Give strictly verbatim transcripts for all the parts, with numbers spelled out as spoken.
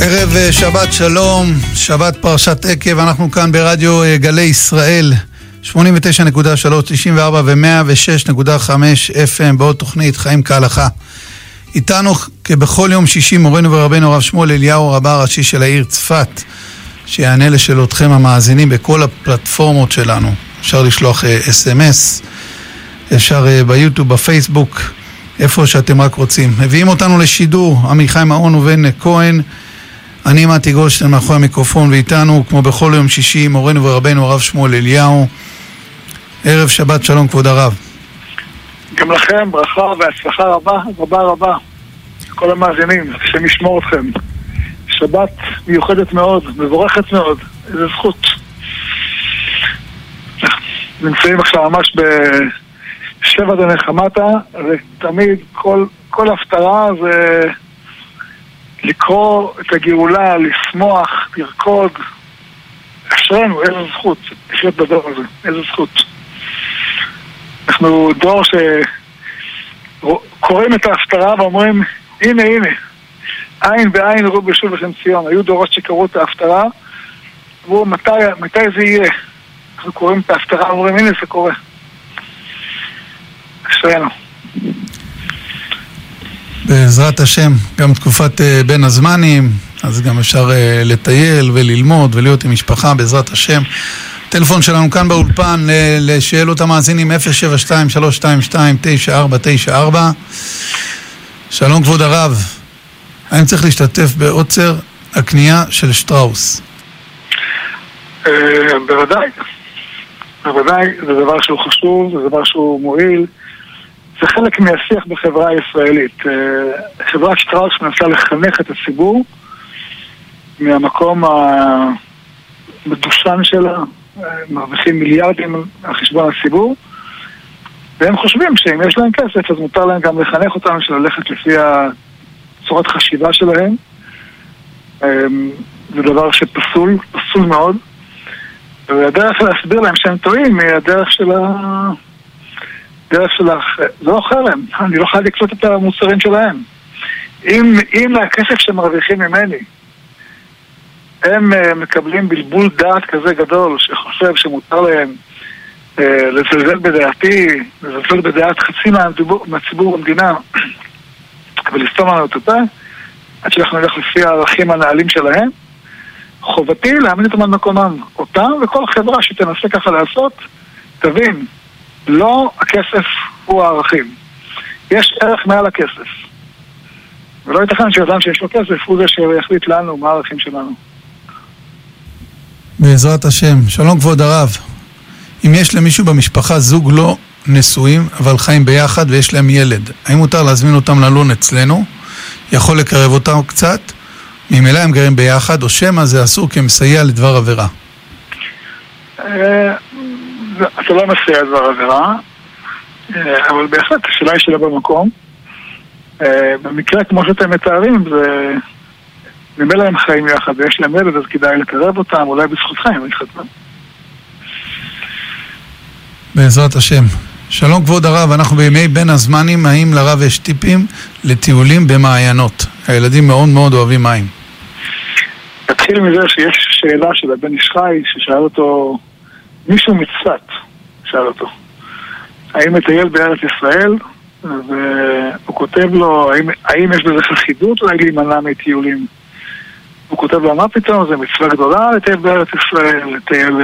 ערב שבת שלום, שבת פרשת עקב, אנחנו כאן ברדיו גלי ישראל, שמונים ותשע נקודה שלוש, תשעים וארבע ו-מאה ושש נקודה חמש אף אם, בעוד תוכנית חיים כהלכה. איתנו כבכל יום שישי מורנו ורבנו הרב שמואל אליהו, רבה הראשי של העיר צפת, שיענה לשאלותיכם המאזינים בכל הפלטפורמות שלנו. אפשר לשלוח אס אם אס, אפשר ביוטיוב, בפייסבוק, איפה שאתם רק רוצים. מביאים אותנו לשידור, עמיחי מעון ובן כהן, אני מתי גולדשטיין מאחורי המיקרופון, ואיתנו כמו בכל יום שישי מורנו ורבנו הרב שמואל אליהו. ערב שבת שלום כבוד הרב. גם לכם ברכה והצלחה רבה רבה רבה כל המאזינים, שמשמור אתכם. שבת מיוחדת מאוד, מבורכת מאוד, איזה זכות. נמצאים עכשיו ממש בשבע דני חמתה, ותמיד כל, כל הפטרה זה לקרוא את הגאולה, לשמוח, לרקוד. אשרנו, איזה זכות, לחיות בדור הזה, איזה זכות. אנחנו דור שקוראים את ההפטרה ואומרים, הנה הנה, עין בעין ראו בשוב לכם ציון. היו דורות שקראו את ההפטרה, ואומרו, מתי, מתי זה יהיה? אנחנו קוראים את ההפטרה ואומרים, הנה זה קורה. אשרנו. בעזרת השם, גם תקופת uh, בין הזמנים, אז גם אפשר uh, לטייל וללמוד ולהיות עם משפחה בעזרת השם. טלפון שלנו כאן באולפן לשאלות המאזינים אפס שבע שתיים שלוש שתיים שתיים תשע ארבע תשע ארבע. שלום כבוד הרב, האם צריך להשתתף בעוצר הקנייה של שטראוס? בוודאי, בוודאי, זה דבר שהוא חשוב, זה דבר שהוא מועיל, זה חלק מהשיח בחברה הישראלית. חברת שטראוס מנסה לחנך את הציבור מהמקום המדושן שלה, מרוויחים מיליארדים על חשבון הציבור, והם חושבים שאם יש להם כסף אז מותר להם גם לחנך אותנו של ללכת לפי הצורת חשיבה שלהם. זה דבר שפסול, פסול מאוד, והדרך להסביר להם שהם טועים היא הדרך של ה... דרך של ה... זה לא חרם, אני לא חייב לקלוט את המוצרים שלהם. אם, אם הכסף שמרוויחים ממני הם uh, מקבלים בלבול דעת כזה גדול שחושב שמותר להם uh, לזלזל בדעתי, לזלזל בדעת חצי מהציבור, מהציבור במדינה ולסתום לנו את הפה עד שאנחנו נלך לפי הערכים הנעלים שלהם, חובתי להעמיד אותם על מקומם, אותם וכל חברה שתנסה ככה לעשות, תבין, לא הכסף הוא הערכים, יש ערך מעל הכסף, ולא ייתכן שאדם שיש לו כסף הוא זה שיחליט לנו מה הערכים שלנו. בעזרת השם. שלום כבוד הרב, אם יש למישהו במשפחה זוג לא נשואים אבל חיים ביחד ויש להם ילד, האם מותר להזמין אותם ללון אצלנו? יכול לקרב אותם קצת? ממילא הם גרים ביחד, או שמה זה אסור כמסייע לדבר עבירה? אתה לא מסייע לדבר עבירה, אבל בהחלט השאלה היא שלה במקום. במקרה כמו שאתם מתארים, זה ממילא הם חיים יחד ויש להם ילד, אז כדאי לקרב אותם, אולי בזכותך הם יתחתנו. בעזרת השם. שלום כבוד הרב, אנחנו בימי בין הזמנים, האם לרב יש טיפים לטיולים במעיינות? הילדים מאוד מאוד אוהבים מים. נתחיל מזה שיש שאלה של הבן איש חי ששאל אותו, מישהו מצפת שאל אותו, האם מטייל בארץ ישראל? והוא כותב לו, האם, האם יש בזה חסידות אולי להימנע מטיולים? הוא כותב לו, מה פתאום, זה מצווה גדולה לטייל בארץ ישראל, לטייל...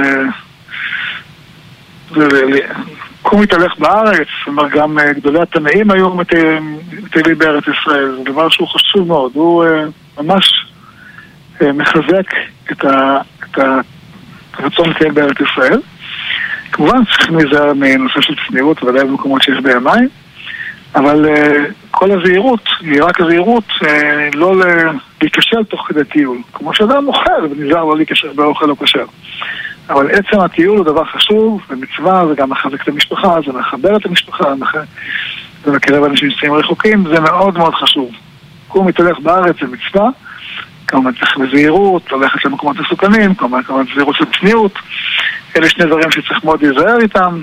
קום מתהלך בארץ, זאת אומרת, גם גדולי התנאים היו מטיילים בארץ ישראל, זה דבר שהוא חשוב מאוד, הוא ממש מחזק את הרצון לטייל בארץ ישראל. כמובן צריכים להיזהר מנושא של צניעות, ודאי במקומות שיש בהם מים, אבל כל הזהירות, היא רק הזהירות לא להיקשר תוך כדי טיול, כמו שאדם אוכל ונזהר לא להיקשר באוכל לא קשר. אבל עצם הטיול הוא דבר חשוב, ומצווה, זה גם מחזק את המשפחה, זה מחבר את המשפחה, זה מקרב אנשים שצאים רחוקים, זה מאוד מאוד חשוב. קום מתהלך בארץ זה מצווה, כמובן צריך בזהירות, ללכת למקומות מסוכנים, כמובן זהירות של צניעות, אלה שני דברים שצריך מאוד להיזהר איתם.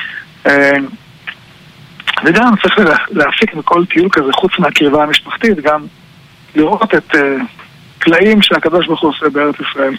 וגם צריך להפיק מכל טיול כזה, חוץ מהקרבה המשפחתית, גם לראות את הפלאים שהקדוש ברוך הוא עושה בארץ ישראל.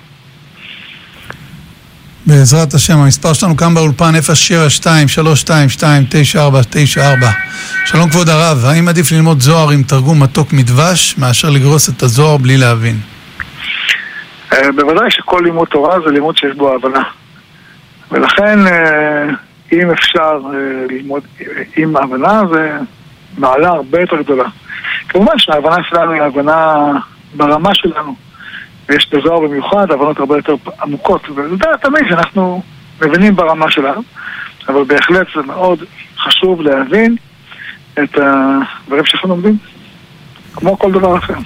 בעזרת השם. המספר שלנו כאן באולפן אפס שבע שתיים שלוש שתיים שתיים תשע ארבע תשע ארבע. שלום כבוד הרב, האם עדיף ללמוד זוהר עם תרגום מתוק מדבש מאשר לגרוס את הזוהר בלי להבין? בוודאי שכל לימוד תורה זה לימוד שיש בו הבנה, ולכן אם אפשר ללמוד עם הבנה זה מעלה הרבה יותר גדולה. כמובן שההבנה שלנו היא הבנה ברמה שלנו, ויש בזוהר במיוחד הבנות הרבה יותר עמוקות, וזה תמיד שאנחנו מבינים ברמה שלנו, אבל בהחלט זה מאוד חשוב להבין את הדברים שאנחנו לומדים, כמו כל דבר אחר.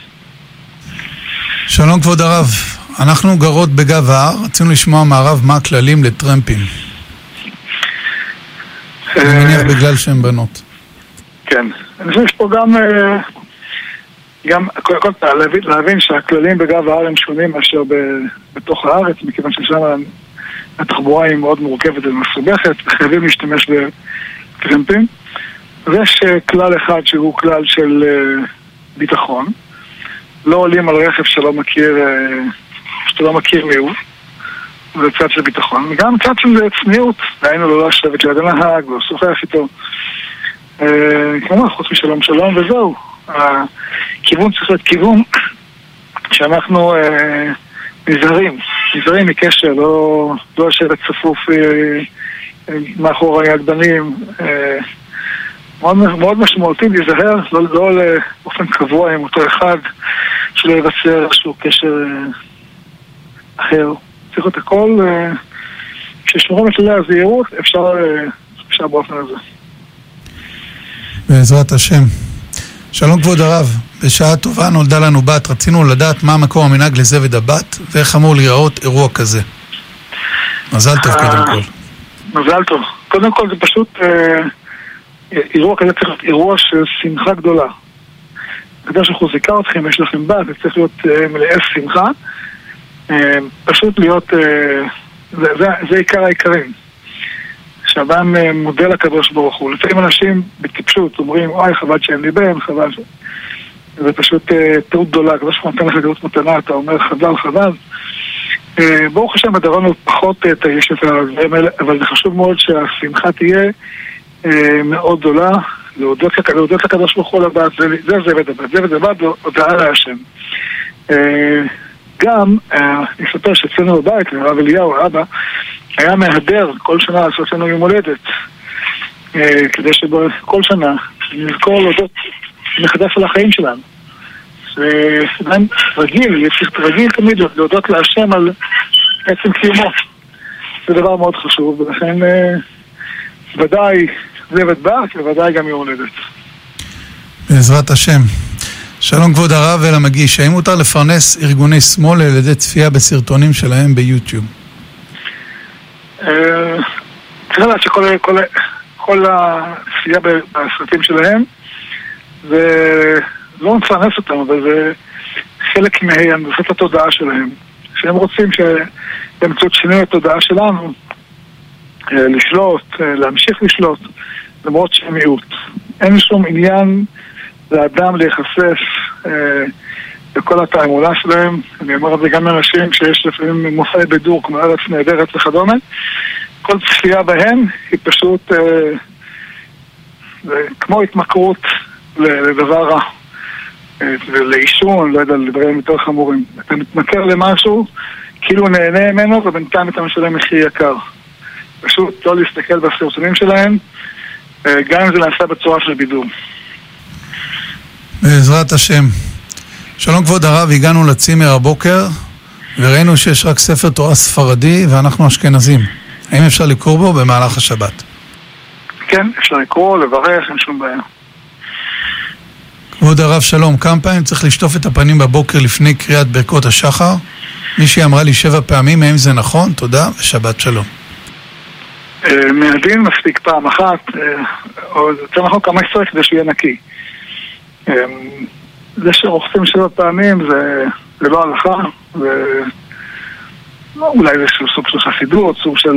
שלום כבוד הרב, אנחנו גרות בגב ההר, רצינו לשמוע מהרב מה הכללים לטרמפים. אני מניח בגלל שהם בנות. כן, אני חושב שיש פה גם, גם קודם כל להבין, להבין שהכללים בגב ההר הם שונים מאשר בתוך הארץ, מכיוון ששם התחבורה היא מאוד מורכבת ומסובכת, וחייבים להשתמש בטרמפים. ויש כלל אחד שהוא כלל של ביטחון, לא עולים על רכב שלא מכיר, שאתה לא מכיר מיהו, זה צד של ביטחון, וגם צד של צניעות, דהיינו לא לשבת ליד הנהג, לא שוחח איתו, כמובן חוץ משלום שלום וזהו. הכיוון צריך להיות כיוון שאנחנו נזהרים, נזהרים מקשר, לא, לא לשבת צפוף מאחור היגבנים, מאוד, מאוד משמעותי להיזהר, לא, לא באופן קבוע עם אותו אחד שלא יבצר איזשהו קשר אחר. צריך את הכל, כששמורים את כללי הזהירות, אפשר, אפשר באופן הזה. בעזרת השם. שלום כבוד הרב, בשעה טובה נולדה לנו בת, רצינו לדעת מה המקום המנהג לזבד הבת, ואיך אמור להיראות אירוע כזה. מזל טוב קודם כל. מזל טוב. קודם כל זה פשוט, אירוע כזה צריך להיות אירוע של שמחה גדולה. כדי שאנחנו זיקה אתכם, יש לכם בת, זה צריך להיות מלאי שמחה. פשוט להיות, זה, זה, זה עיקר העיקרים. שאדם מודה לקדוש ברוך הוא. לפעמים אנשים בטיפשות אומרים, אוי, חבל שאין לי בן, חבל ש... זה פשוט טעות גדולה. הקדוש ברוך הוא נותן לך גדות מתנה, אתה אומר חבל, חבל. ברוך השם, הדרנו פחות יש את הדברים האלה, אבל זה חשוב מאוד שהשמחה תהיה מאוד גדולה, להודות לקדוש ברוך הוא לבת, זה זבד הבת, זבד הבת, הודעה להשם. גם, נספר שאצלנו בבית, הרב אליהו, האבא, היה מהדר כל שנה לעשות לנו יום הולדת, כדי שכל שנה נזכור להודות מחדש על החיים שלנו. זה רגיל, צריך רגיל תמיד להודות להשם על עצם קיומו. זה דבר מאוד חשוב, ולכן ודאי זבד בת, וודאי גם יום הולדת. בעזרת השם. שלום כבוד הרב ולמגיש, האם מותר לפרנס ארגוני שמאל על ידי צפייה בסרטונים שלהם ביוטיוב? צריך לדעת שכל הצפייה בסרטים שלהם זה לא מפרנס אותם, אבל זה חלק מהנדסת התודעה שלהם, שהם רוצים שבאמצעות שינוי התודעה שלנו לשלוט, להמשיך לשלוט, למרות שהם מיעוט. אין שום עניין לאדם להיחשף אה, בכל התעמולה שלהם. אני אומר את זה גם לאנשים שיש לפעמים מופעי בידור כמו ארץ נהדרת וכדומה. כל צפייה בהם היא פשוט אה, כמו התמכרות לדבר רע, אה, ולאישון, לא יודע, לדברים יותר חמורים. אתה מתמכר למשהו כאילו נהנה ממנו, ובינתיים אתה משלם מחיר יקר. פשוט לא להסתכל בסרטונים שלהם, אה, גם אם זה נעשה בצורה של בידור. בעזרת השם. שלום כבוד הרב, הגענו לצימר הבוקר וראינו שיש רק ספר תורה ספרדי ואנחנו אשכנזים. האם אפשר לקרוא בו במהלך השבת? כן, אפשר לקרוא, לברך, אין שום בעיה. כבוד הרב שלום, כמה פעמים צריך לשטוף את הפנים בבוקר לפני קריאת ברכות השחר? מישהי אמרה לי שבע פעמים, האם זה נכון? תודה ושבת שלום. מהדין מספיק פעם אחת, או יותר נכון כמה שצריך כדי שיהיה נקי. זה שרוחצים שבע פעמים זה, זה לא הלכה, ואולי זה סוג של חסידות, סוג של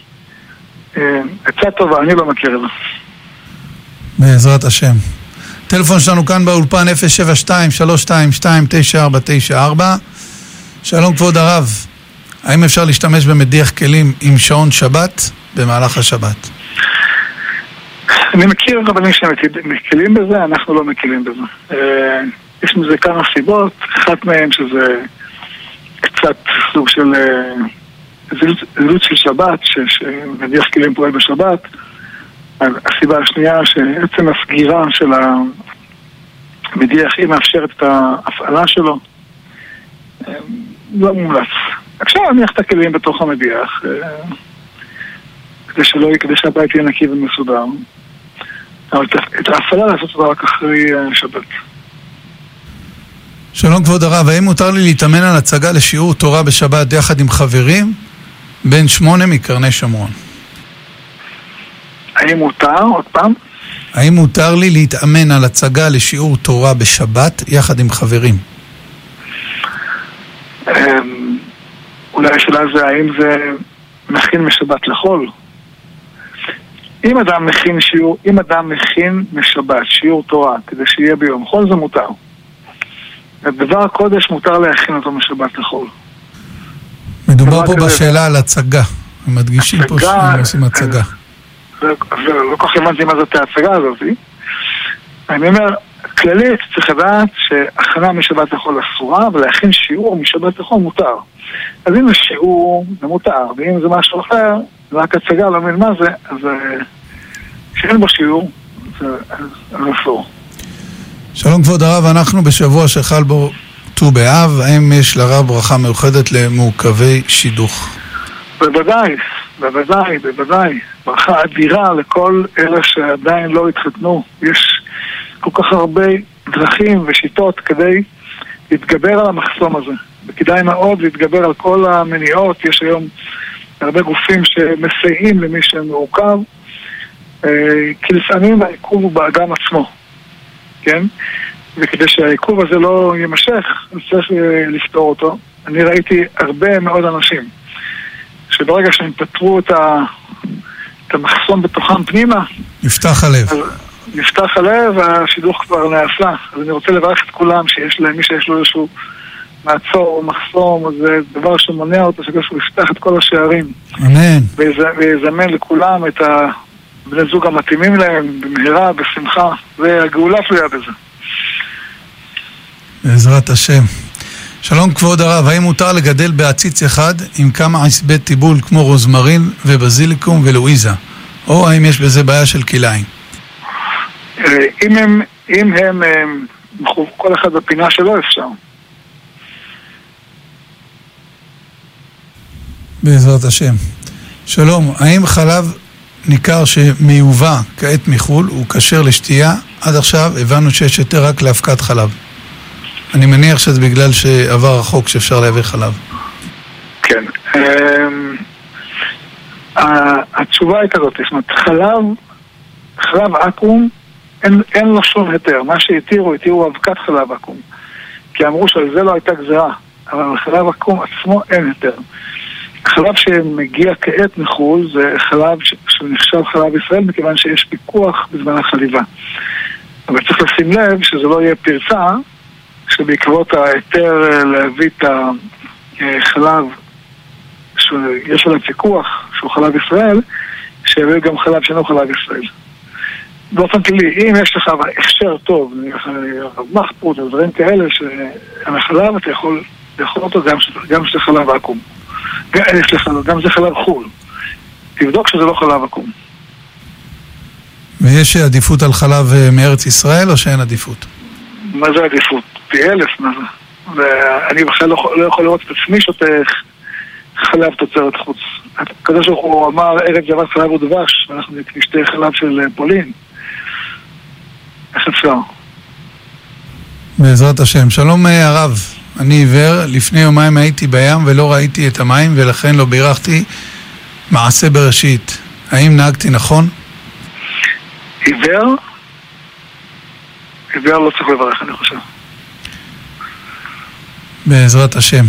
עצה טובה, אני לא מכיר את זה. בעזרת השם. טלפון שלנו כאן באולפן אפס שבע שתיים שלוש שתיים שתיים תשע ארבע תשע ארבע. שלום כבוד הרב, האם אפשר להשתמש במדיח כלים עם שעון שבת במהלך השבת? אני מכיר רבנים שמקלים בזה, אנחנו לא מקלים בזה. יש מזה כמה סיבות, אחת מהן שזה קצת סוג של זילות של שבת, שמדיח כלים פועל בשבת. הסיבה השנייה שעצם הסגירה של המדיח היא מאפשרת את ההפעלה שלו, לא מומלץ. עכשיו אני אניח את הכלים בתוך המדיח כדי שלא, כדי שהבית יהיה נקי ומסודר, אבל את ההפעלה לעשות אותה רק אחרי שבת. שלום כבוד הרב, האם מותר לי להתאמן על הצגה לשיעור תורה בשבת יחד עם חברים בן שמונה מקרני שומרון? האם מותר, עוד פעם? האם מותר לי להתאמן על הצגה לשיעור תורה בשבת יחד עם חברים? אולי השאלה זה האם זה מכין משבת לחול? אם אדם מכין שיעור, אם אדם מכין משבת שיעור תורה כדי שיהיה ביום חול, זה מותר. דבר הקודש מותר להכין אותו משבת לחול. מדובר פה בשאלה על הצגה. הם מדגישים פה שהם עושים הצגה. לא כל כך הבנתי מה זאת ההצגה הזאת. אני אומר, כללית צריך לדעת שהכנה משבת לחול אסורה, ולהכין שיעור משבת לחול מותר. אז אם זה שיעור, זה מותר, ואם זה משהו אחר, זה רק הצגה, לא מבין מה זה, אז שאין בו שיעור, זה אסור. שלום כבוד הרב, אנחנו בשבוע שחל בו ט"ו באב, האם יש לרב ברכה מיוחדת למעוכבי שידוך? בוודאי, בוודאי, בוודאי. ברכה אדירה לכל אלה שעדיין לא התחתנו. יש כל כך הרבה דרכים ושיטות כדי להתגבר על המחסום הזה. וכדאי מאוד להתגבר על כל המניעות. יש היום הרבה גופים שמסייעים למי שמעוכב, כי לפעמים העיכוב הוא באדם עצמו. כן? וכדי שהעיכוב הזה לא יימשך, צריך לפתור אותו. אני ראיתי הרבה מאוד אנשים שברגע שהם פתרו את, ה... את המחסום בתוכם פנימה, נפתח הלב. נפתח הלב והשידוך כבר נעשה. אז אני רוצה לברך את כולם שיש להם, מי שיש לו איזשהו מעצור או מחסום, זה דבר שמונע אותו, שכדי שהוא יפתח את כל השערים. אמן. ויזמן לכולם את הבני זוג המתאימים להם, במהרה, בשמחה, והגאולה תלויה בזה. בעזרת השם. שלום כבוד הרב, האם מותר לגדל בעציץ אחד עם כמה עשבי טיבול כמו רוזמרין ובזיליקום ולואיזה? או האם יש בזה בעיה של כליים? אם הם, אם הם, כל אחד בפינה שלו אפשר. בעזרת השם. שלום, האם חלב ניכר שמיובא כעת מחול הוא כשר לשתייה? עד עכשיו הבנו שיש יותר רק להפקת חלב. אני מניח שזה בגלל שעבר החוק שאפשר להביא חלב. כן. התשובה היא כזאת, זאת אומרת, חלב, חלב אקום, אין, אין לו שום היתר. מה שהתירו, התירו אבקת חלב אקום. כי אמרו שעל זה לא הייתה גזרה. אבל חלב אקום עצמו אין היתר. החלב שמגיע כעת מחול זה חלב שנחשב חלב ישראל, מכיוון שיש פיקוח בזמן החליבה. אבל צריך לשים לב שזה לא יהיה פרצה, שבעקבות ההיתר להביא את החלב שיש עליו פיקוח, שהוא חלב ישראל, שיביא גם חלב שאינו חלב ישראל. באופן כללי, אם יש לך הכשר טוב, מחפות או דברים כאלה, שעל החלב אתה יכול לאכול אותו גם שזה חלב עקום. גם זה חלב חול. תבדוק שזה לא חלב עקום. ויש עדיפות על חלב מארץ ישראל או שאין עדיפות? מה זה עדיפות? פי אלף, מה זה? ואני בכלל לא, לא יכול לראות את עצמי שותה חלב תוצרת חוץ. הקדוש ברוך הוא אמר ארץ זבת חלב ודבש, ואנחנו נשתה חלב של פולין. איך אפשר? בעזרת השם. שלום הרב, אני עיוור, לפני יומיים הייתי בים ולא ראיתי את המים ולכן לא בירכתי מעשה בראשית. האם נהגתי נכון? עיוור? עיוור לא צריך לברך, אני חושב. בעזרת השם.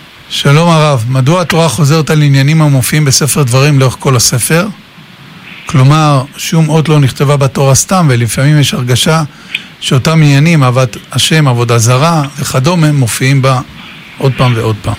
שלום הרב, מדוע התורה חוזרת על עניינים המופיעים בספר דברים לאורך כל הספר? כלומר, שום אות לא נכתבה בתורה סתם, ולפעמים יש הרגשה שאותם עניינים, אהבת השם, עבודה זרה וכדומה, מופיעים בה עוד פעם ועוד פעם.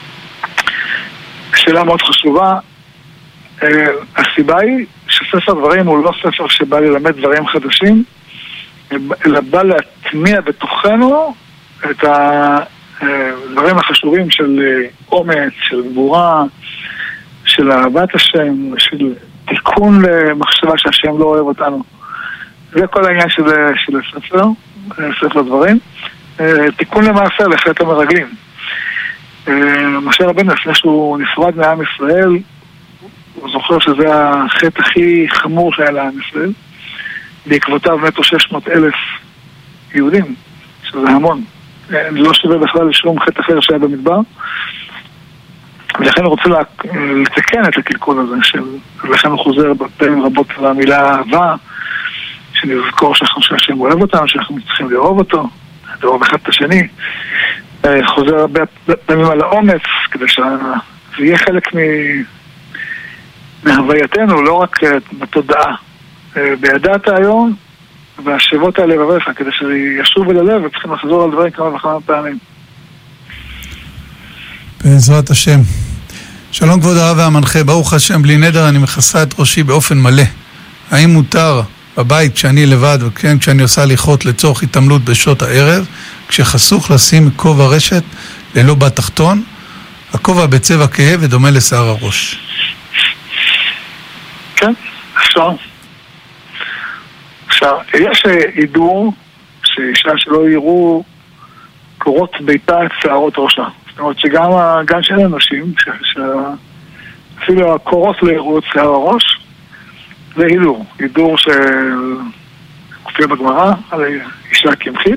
שאלה מאוד חשובה. הסיבה היא שספר דברים הוא לא ספר שבא ללמד דברים חדשים, אלא בא להטמיע בתוכנו את הדברים החשובים של אומץ, של גבורה, של אהבת השם, של תיקון למחשבה שהשם לא אוהב אותנו. זה כל העניין של, של הספר, ספר דברים. תיקון למעשה לחטא המרגלים. משה רבנו, לפני שהוא נפרד מעם ישראל, הוא זוכר שזה החטא הכי חמור שהיה לעם ישראל. בעקבותיו מתו שש מאות אלף יהודים, שזה המון. לא שווה בכלל לשום חטא אחר שהיה במדבר. ולכן הוא רוצה לתקן את הקלקול הזה, ולכן הוא חוזר בפעמים רבות למילה אהבה, שנזכור שהשם אוהב אותנו, שאנחנו צריכים לאהוב אותו, לאהוב אחד את השני. חוזר הרבה פעמים על האומץ, כדי שזה יהיה חלק מהווייתנו, לא רק בתודעה. בידעת היום, והשבות על לבביך, כדי שישוב אל הלב, וצריכים לחזור על דברים כמה וכמה פעמים. בעזרת השם. שלום כבוד הרב והמנחה, ברוך השם, בלי נדר אני מכסה את ראשי באופן מלא. האם מותר בבית כשאני לבד וכן כשאני עושה הליכות לצורך התעמלות בשעות הערב, כשחסוך לשים כובע רשת ללא בת תחתון, הכובע בצבע כהה ודומה לשיער הראש? כן, אפשר. אפשר. יש הידור שאישה שלא יראו קורות ביתה את שערות ראשה. זאת אומרת שגם גם של אנשים, שאפילו הקורות לא יראו את שיער הראש, זה הידור. הידור שקופיע בגמרא על אישה קמחית.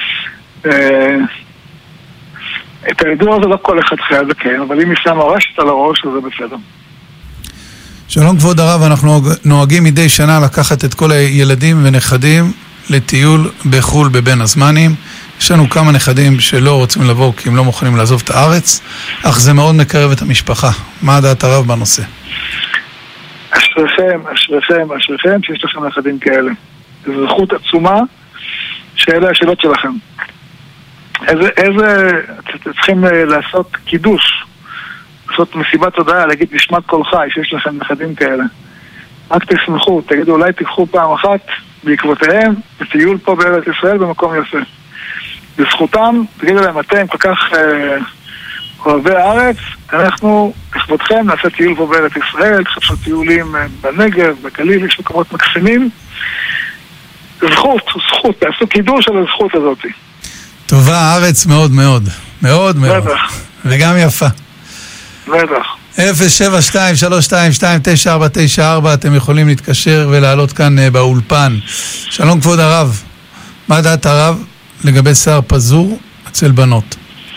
את ההידור הזה לא כל אחד חייב לקיים, אבל אם היא שמה רשת על הראש, אז זה בסדר. שלום כבוד הרב, אנחנו נוהגים מדי שנה לקחת את כל הילדים ונכדים לטיול בחול בבין הזמנים. יש לנו כמה נכדים שלא רוצים לבוא כי הם לא מוכנים לעזוב את הארץ, אך זה מאוד מקרב את המשפחה. מה דעת הרב בנושא? אשריכם, אשריכם, אשריכם שיש לכם נכדים כאלה. זו זכות עצומה שאלה השאלות שלכם. איזה, איזה, אתם צריכים לעשות קידוש, לעשות מסיבת הודעה, להגיד נשמת כל חי שיש לכם נכדים כאלה. רק תשמחו, תגידו אולי תיקחו פעם אחת בעקבותיהם וטיול פה בארץ ישראל במקום יפה. בזכותם, תגידו להם, אתם כל כך אה, אוהבי הארץ, אנחנו לכבודכם נעשה טיול פה בארץ ישראל, חפשות טיולים אה, בנגב, בגליל, יש מקומות מקסימים. זכות, זכות, תעשו קידוש על הזכות הזאת. טובה הארץ מאוד מאוד, מאוד מאוד. בטח. וגם יפה. בטח. אפס שבע שתיים שלוש שתיים שתיים תשע ארבע תשע ארבע, אתם יכולים להתקשר ולעלות כאן uh, באולפן. שלום כבוד הרב, מה דעת הרב לגבי שיער פזור אצל בנות?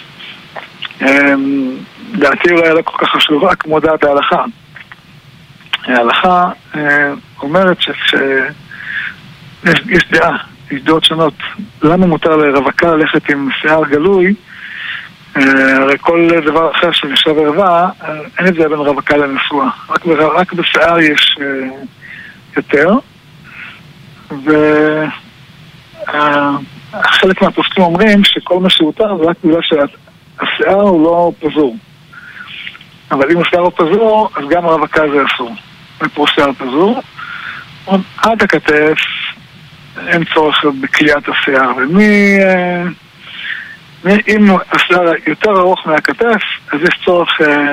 דעתי אולי לא כל כך חשובה כמו דעת ההלכה. ההלכה אומרת שיש דעה, יש דעות שונות. למה מותר לרווקה ללכת עם שיער גלוי? הרי כל דבר אחר שנחשב ערווה, אין את זה בין רווקה לנשואה. רק, רק בשיער יש יותר. וחלק מהפוסקים אומרים שכל מה שהותר זה רק בגלל שהשיער הוא לא פזור. אבל אם השיער הוא פזור, אז גם הרווקה זה אסור. ופה שיער פזור. עד הכתף אין צורך בקליעת השיער. ומי... אם השיער יותר ארוך מהכתף, אז יש צורך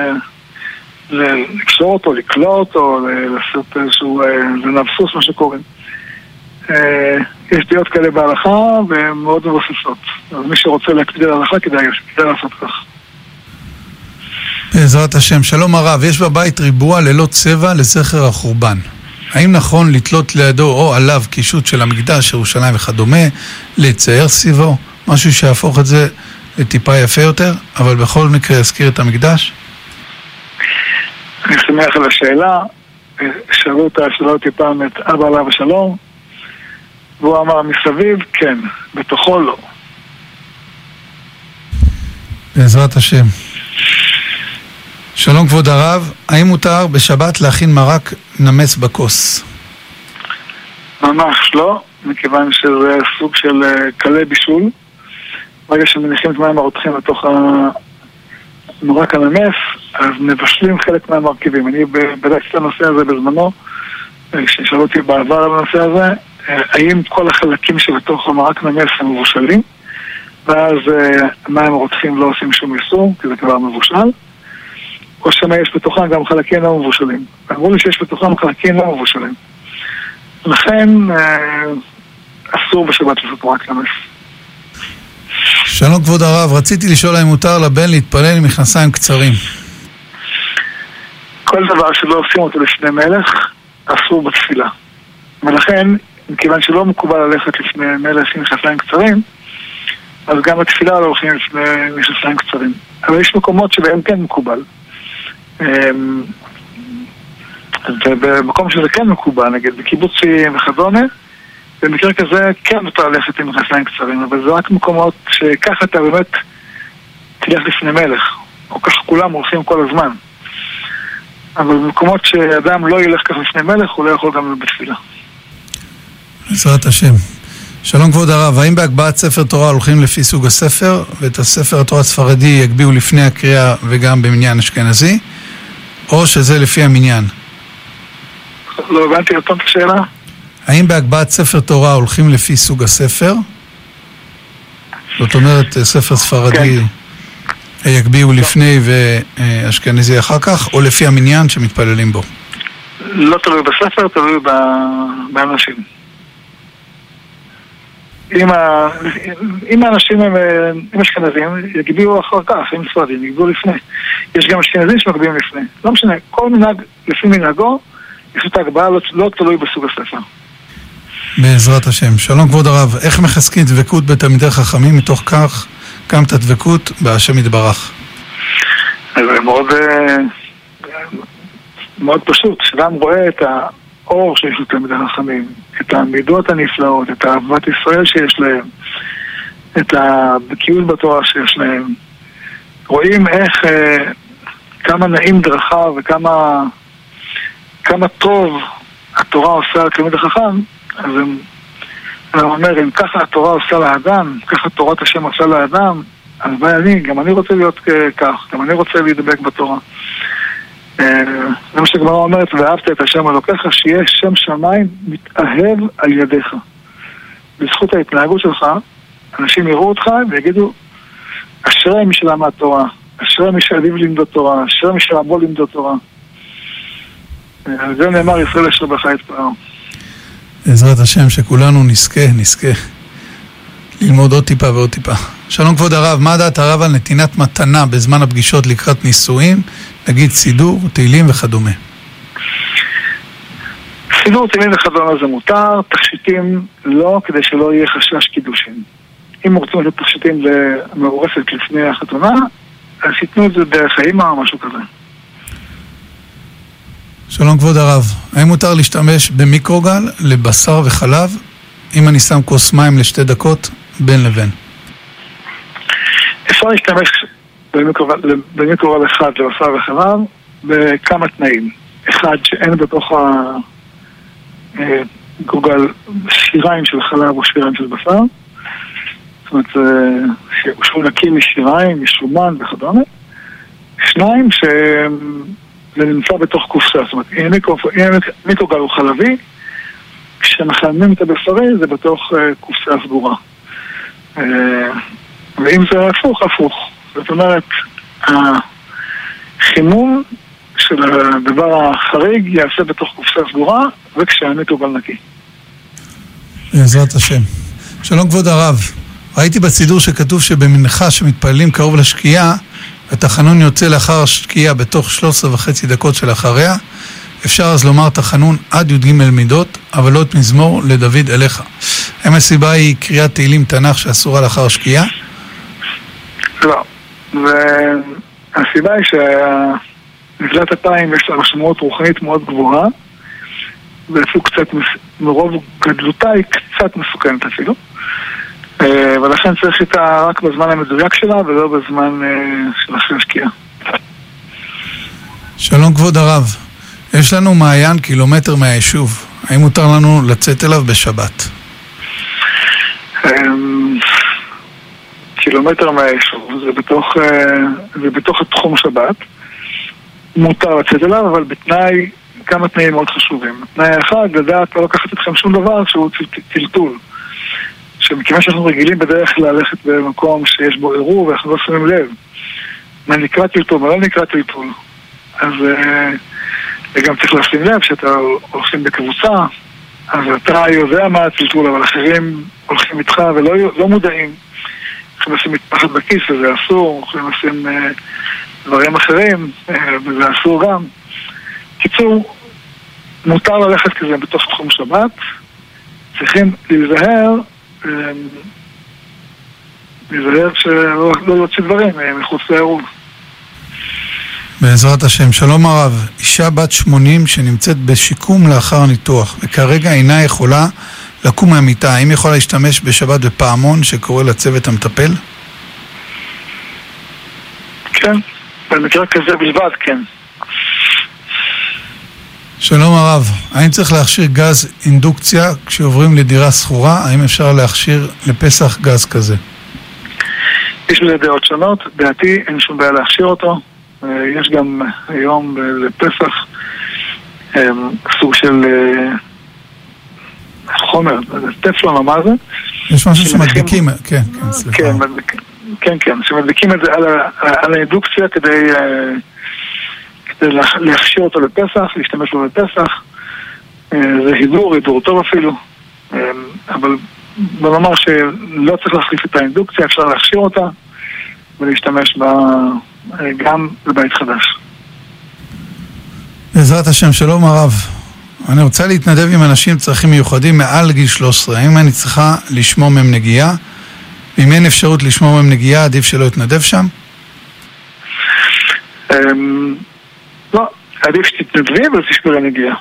לקשור אותו, לקלוע אותו, לעשות איזשהו זנב-סוס, מה שקוראים. יש דעות כאלה בהלכה והן מאוד מבוססות. אז מי שרוצה להקפיד על ההלכה כדאי לעשות כך. בעזרת השם. שלום הרב, יש בבית ריבוע ללא צבע לזכר החורבן. האם נכון לתלות לידו או עליו קישוט של המקדש, ירושלים וכדומה, לצייר סביבו? משהו שיהפוך את זה לטיפה יפה יותר, אבל בכל מקרה יזכיר את המקדש? אני שמח על השאלה. שאלו אותה, שאלו אותי פעם את אבא עליו השלום, והוא אמר מסביב, כן, בתוכו לא. בעזרת השם. שלום כבוד הרב, האם מותר בשבת להכין מרק נמס בכוס? ממש לא, מכיוון שזה סוג של קלי בישול. ברגע שמניחים את מים הרותחים לתוך המרק הממס, אז מבשלים חלק מהמרכיבים. אני בדקתי את הנושא הזה בזמנו, כששאלו אותי בעבר על הנושא הזה, האם כל החלקים שבתוך המרק ממס הם מבושלים, ואז מים הרותחים לא עושים שום איסור, כי זה כבר מבושל, או שמה יש בתוכם גם חלקים לא מבושלים. אמרו לי שיש בתוכם חלקים לא מבושלים. לכן אסור בשבת לעשות מרק ממס. שלום כבוד הרב, רציתי לשאול האם מותר לבן להתפלל עם מכנסיים קצרים. כל דבר שלא עושים אותו לפני מלך, אסור בתפילה. ולכן, מכיוון שלא מקובל ללכת לפני מלך עם מכנסיים קצרים, אז גם בתפילה לא הולכים לפני מכנסיים קצרים. אבל יש מקומות שבהם כן מקובל. ובמקום שזה כן מקובל, נגיד בקיבוצים וכדומה, במקרה כזה כן מותר ללכת עם מכנסיים קצרים, אבל זה רק מקומות שככה אתה באמת תלך לפני מלך, או ככה כולם הולכים כל הזמן. אבל במקומות שאדם לא ילך כך לפני מלך, הוא לא יכול גם בתפילה. בעזרת השם. שלום כבוד הרב, האם בהגבהת ספר תורה הולכים לפי סוג הספר, ואת הספר התורה הספרדי יגביהו לפני הקריאה וגם במניין אשכנזי, או שזה לפי המניין? לא הבנתי אותם את השאלה. האם בהגבהת ספר תורה הולכים לפי סוג הספר? זאת אומרת, ספר ספרדי כן. יגביהו לפני ואשכנזי אחר כך, או לפי המניין שמתפללים בו? לא תלוי בספר, תלוי באנשים. אם, ה... אם האנשים הם, הם אשכנזים, יגביהו אחר כך, אם ספרדים, יגביהו לפני. יש גם אשכנזים שמגביהם לפני. לא משנה, כל מנהג, לפי מנהגו, יש את ההגבהה, לא, לא תלוי בסוג הספר. בעזרת השם. שלום כבוד הרב, איך מחזקים דבקות בתלמידי חכמים, מתוך כך קמת הדבקות בהשם יתברך? זה מאוד, מאוד פשוט. כשאדם רואה את האור שיש לתלמידי חכמים, את המידות הנפלאות, את אהבת ישראל שיש להם, את הבקיאות בתורה שיש להם, רואים איך, כמה נעים דרכה וכמה כמה טוב התורה עושה לתלמיד החכם. אז אני אומר, אם ככה התורה עושה לאדם, ככה תורת השם עושה לאדם, אז אני, גם אני רוצה להיות כך, גם אני רוצה להידבק בתורה. זה מה שגמרא אומרת, ואהבת את השם אלוקיך, שיהיה שם שמיים מתאהב על ידיך. בזכות ההתנהגות שלך, אנשים יראו אותך ויגידו, אשרי מי שלמד תורה, אשרי מי שעדיף ללמוד תורה, אשרי מי שעבו ללמוד תורה. זה נאמר ישראל אשר בך יתפאר. בעזרת השם שכולנו נזכה, נזכה ללמוד עוד טיפה ועוד טיפה. שלום כבוד הרב, מה דעת הרב על נתינת מתנה בזמן הפגישות לקראת נישואין, נגיד סידור, תהילים וכדומה? סידור, תהילים וכדומה זה מותר, תכשיטים לא, כדי שלא יהיה חשש קידושים. אם רוצים לתת תכשיטים למאורסת לפני החתונה, אז ייתנו את זה דרך האמא או משהו כזה. שלום כבוד הרב, האם מותר להשתמש במיקרוגל לבשר וחלב אם אני שם כוס מים לשתי דקות בין לבין? אפשר להשתמש במיקרוגל, במיקרוגל אחד לבשר וחלב בכמה תנאים. אחד, שאין בתוך המיקרוגל שיריים של חלב או שיריים של בשר, זאת אומרת שהוא נקי משיריים, משומן וכדומה. שניים, ש... זה נמצא בתוך קופסה, זאת אומרת, אם מיקרוגל הוא חלבי, כשמחממים את הבשרי זה בתוך קופסה סגורה. ואם זה הפוך, הפוך. זאת אומרת, החימום של הדבר החריג יעשה בתוך קופסה סגורה, וכשהמיקרוגל נקי. בעזרת השם. שלום כבוד הרב, ראיתי בסידור שכתוב שבמנחה שמתפללים קרוב לשקיעה, התחנון יוצא לאחר השקיעה בתוך שלוש עשרה וחצי דקות שלאחריה. אפשר אז לומר תחנון עד י"ג מידות, אבל לא את מזמור לדוד אליך. האם הסיבה היא קריאת תהילים תנ"ך שאסורה לאחר השקיעה? לא. והסיבה היא שנפילת אפיים יש לה משמעות רוחנית מאוד גבוהה, ואפילו קצת, מרוב גדלותה היא קצת מסוכנת אפילו. ולכן צריך איתה רק בזמן המדויק שלה ולא בזמן של אחרי השקיעה. שלום כבוד הרב, יש לנו מעיין קילומטר מהיישוב. האם מותר לנו לצאת אליו בשבת? קילומטר מהיישוב, זה בתוך, זה בתוך התחום שבת. מותר לצאת אליו, אבל בתנאי, כמה תנאים מאוד חשובים. תנאי אחד, לדעת לא לקחת אתכם שום דבר שהוא טלטול. שמכיוון שאנחנו רגילים בדרך ללכת במקום שיש בו עירוב, ואנחנו לא שמים לב. מה נקרא טלטול, מה לא נקרא טלטול. אז גם צריך לשים לב שאתה הולכים בקבוצה, אז אתה יודע מה הטלטול, אבל אחרים הולכים איתך ולא לא מודעים. יכולים לשים מטפחת בכיס, וזה אסור, יכולים לשים אה, דברים אחרים, אה, וזה אסור גם. קיצור, מותר ללכת כזה בתוך תחום שבת, צריכים להיזהר, אה, להיזהר שלא לא להוציא דברים אה, מחוץ לעירוב. בעזרת השם. שלום הרב, אישה בת שמונים שנמצאת בשיקום לאחר ניתוח, וכרגע אינה יכולה לקום מהמיטה, האם יכולה להשתמש בשבת בפעמון שקורא לצוות המטפל? כן, במקרה כזה בלבד, כן. שלום הרב, האם צריך להכשיר גז אינדוקציה כשעוברים לדירה סחורה? האם אפשר להכשיר לפסח גז כזה? יש בזה דעות שונות, דעתי אין שום בעיה להכשיר אותו. יש גם היום לפסח סוג של חומר, טפלון או מה זה? יש משהו שמדביקים, כן, כן, סליחה. כן, כן, כן, שמדביקים את זה על האינדוקציה כדי כדי להכשיר אותו לפסח, להשתמש בו לפסח. זה הידור, הידור טוב אפילו, אבל בוא נאמר שלא צריך להחליף את האינדוקציה, אפשר להכשיר אותה ולהשתמש בה גם בבית חדש. בעזרת השם. שלום הרב, אני רוצה להתנדב עם אנשים צרכים מיוחדים מעל גיל שלוש עשרה. האם אני צריכה לשמור מהם נגיעה? אם אין אפשרות לשמור מהם נגיעה, עדיף שלא יתנדב שם? לא, עדיף שתתנדבי אבל תשמרי נגיעה.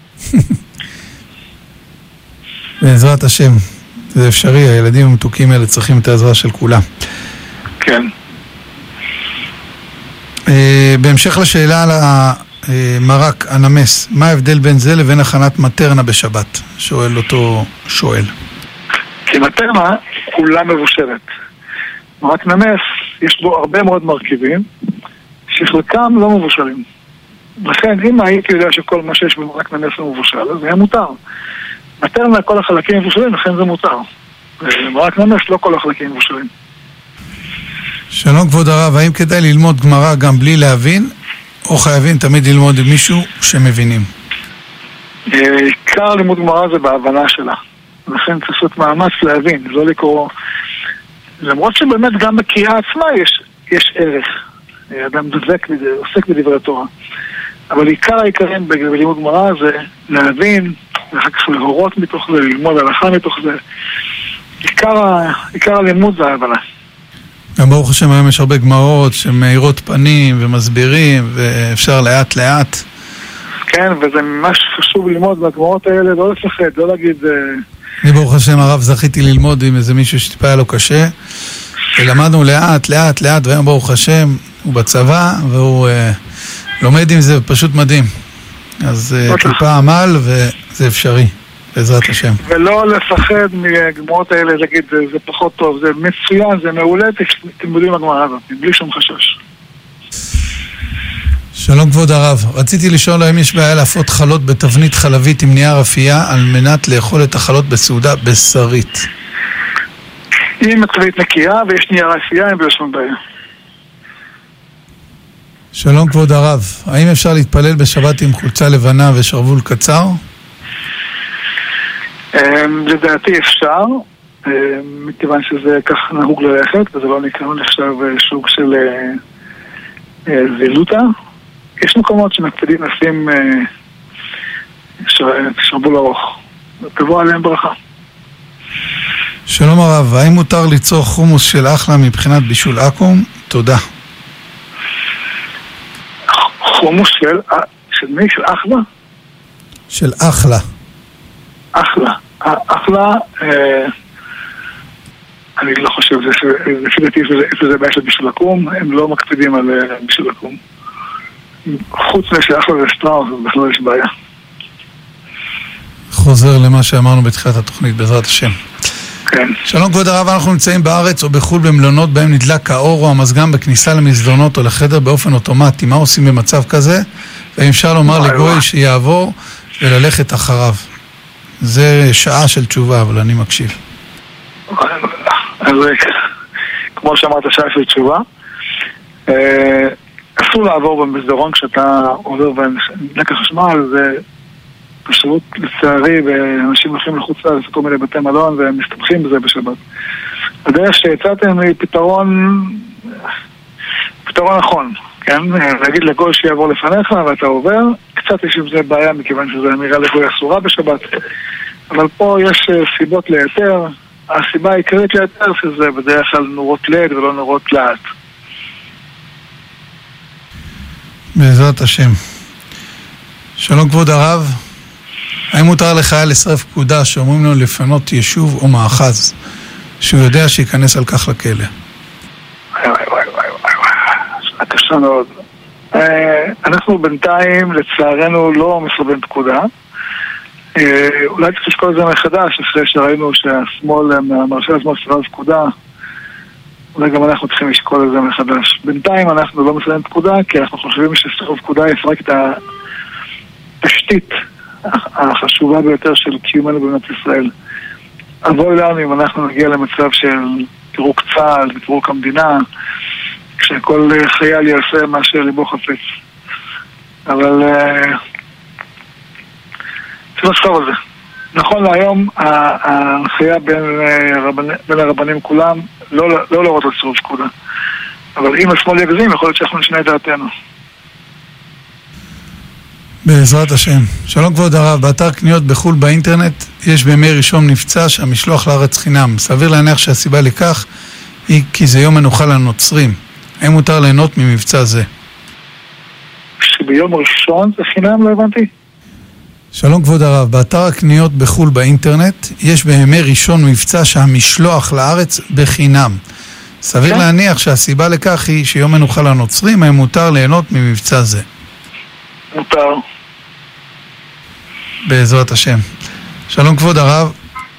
בעזרת השם, זה אפשרי, הילדים המתוקים האלה צריכים את העזרה של כולם. כן. בהמשך לשאלה על המרק הנמס, מה ההבדל בין זה לבין הכנת מטרנה בשבת? שואל אותו שואל. כי מטרנה כולה מבושלת. מרק נמס יש בו הרבה מאוד מרכיבים שחלקם לא מבושלים. לכן אם הייתי יודע שכל מה שיש במרק נמס הוא מבושל, אז זה היה מותר. מטרנה כל החלקים מבושלים, לכן זה מותר. מרק נמס לא כל החלקים מבושלים. שלום כבוד הרב, האם כדאי ללמוד גמרא גם בלי להבין, או חייבים תמיד ללמוד עם מישהו שמבינים? עיקר לימוד גמרא זה בהבנה שלה. לכן צריך לעשות מאמץ להבין, לא לקרוא. למרות שבאמת גם בקריאה עצמה יש, יש ערך. אדם דבק, עוסק בדברי תורה. אבל עיקר העיקרים בלימוד גמרא זה להבין, ואחר כך להורות מתוך זה, ללמוד הלכה מתוך זה. עיקר, עיקר הלימוד זה ההבנה. גם ברוך השם היום יש הרבה גמרות שמאירות פנים ומסבירים ואפשר לאט לאט. כן, וזה ממש חשוב ללמוד בגמרות האלה, לא לפחד, לא להגיד... אני ברוך השם הרב זכיתי ללמוד עם איזה מישהו שטיפה היה לו קשה, ולמדנו לאט לאט לאט, והיום ברוך השם הוא בצבא והוא אה, לומד עם זה, פשוט מדהים. אז אה, טיפה עמל וזה אפשרי. בעזרת השם. ולא לפחד מגמרות האלה, להגיד, זה, זה פחות טוב, זה מצוין, זה מעולה, תלמדו עם הגמרא הזאת, בלי שום חשש. שלום כבוד הרב, רציתי לשאול האם יש בעיה להפות חלות בתבנית חלבית עם נייר אפייה על מנת לאכול את החלות בסעודה בשרית. אם התבנית נקייה ויש נייר אפייה, אין בלי שום בעיה. שלום כבוד הרב, האם אפשר להתפלל בשבת עם חולצה לבנה ושרוול קצר? לדעתי אפשר, מכיוון שזה כך נהוג ללכת, וזה לא נקרא נחשב שוק של זילוטה. יש מקומות שמקפידים לשים שרוול ארוך, תבוא עליהם ברכה. שלום הרב, האם מותר לצרוך חומוס של אחלה מבחינת בישול אקום? תודה. חומוס של, של מי? של אחלה? של אחלה. אחלה. אחלה, אני לא חושב, לפי דעתי זה בעיה של בישול אקום, הם לא מקפידים על בישול אקום. חוץ משאחלה וסטראוס, אז בכלל יש בעיה. חוזר למה שאמרנו בתחילת התוכנית, בעזרת השם. כן. שלום כבוד הרב, אנחנו נמצאים בארץ או בחול במלונות בהם נדלק האור או המזגן בכניסה למסדרונות או לחדר באופן אוטומטי. מה עושים במצב כזה? ואם אפשר לומר לגוי שיעבור וללכת אחריו. זה שעה של תשובה, אבל אני מקשיב. אז כמו שאמרת, שעה של תשובה. אסור לעבור במסדרון כשאתה עובר ונדלק החשמל, זה פשוט לצערי, ואנשים הולכים לחוץ לארץ כל מיני בתי מלון והם מסתבכים בזה בשבת. הדרך שיצאתם היא פתרון פתרון נכון, כן? להגיד לגוי שיעבור לפניך ואתה עובר, קצת יש עם זה בעיה מכיוון שזה אמירה לגוי אסורה בשבת, אבל פה יש סיבות ליתר. הסיבה העיקרית ליתר שזה בדרך כלל נורות לד ולא נורות לאט. בעזרת השם. שלום כבוד הרב, האם מותר לחייל לשרף פקודה שאומרים לו לפנות יישוב או מאחז שהוא יודע שייכנס על כך לכלא? וואי וואי וואי וואי וואי, קשה מאוד. אנחנו בינתיים לצערנו לא מסרבים פקודה. אולי צריך לשקול את זה מחדש אחרי שראינו שהשמאל, מהמרשל השמאל שרף פקודה, אולי גם אנחנו צריכים לשקול את זה מחדש. בינתיים אנחנו לא מסרבים פקודה כי אנחנו חושבים ששרוף פקודה יפרק את התשתית החשובה ביותר של קיומנו במדינת ישראל. אבוי לנו אם אנחנו נגיע למצב של פירוק צה"ל ופירוק המדינה, כשכל חייל יעשה מה שליבו חפץ. אבל צריך לחשוב על זה. נכון להיום ההנחיה בין, בין הרבנים כולם לא, לא לראות על צירוף פקודה. אבל אם השמאל יגזים יכול להיות שאנחנו נשנה את דעתנו. בעזרת השם. שלום כבוד הרב, באתר קניות בחול באינטרנט יש בימי ראשון מבצע שהמשלוח לארץ חינם. סביר להניח שהסיבה לכך היא כי זה יום מנוחה לנוצרים. האם מותר ליהנות ממבצע זה? שביום ראשון זה חינם? לא הבנתי. שלום כבוד הרב, באתר הקניות בחול באינטרנט יש בימי ראשון מבצע שהמשלוח לארץ בחינם. סביר כן? להניח שהסיבה לכך היא שיום מנוחה לנוצרים. האם מותר ליהנות ממבצע זה? מותר. בעזרת השם. שלום כבוד הרב,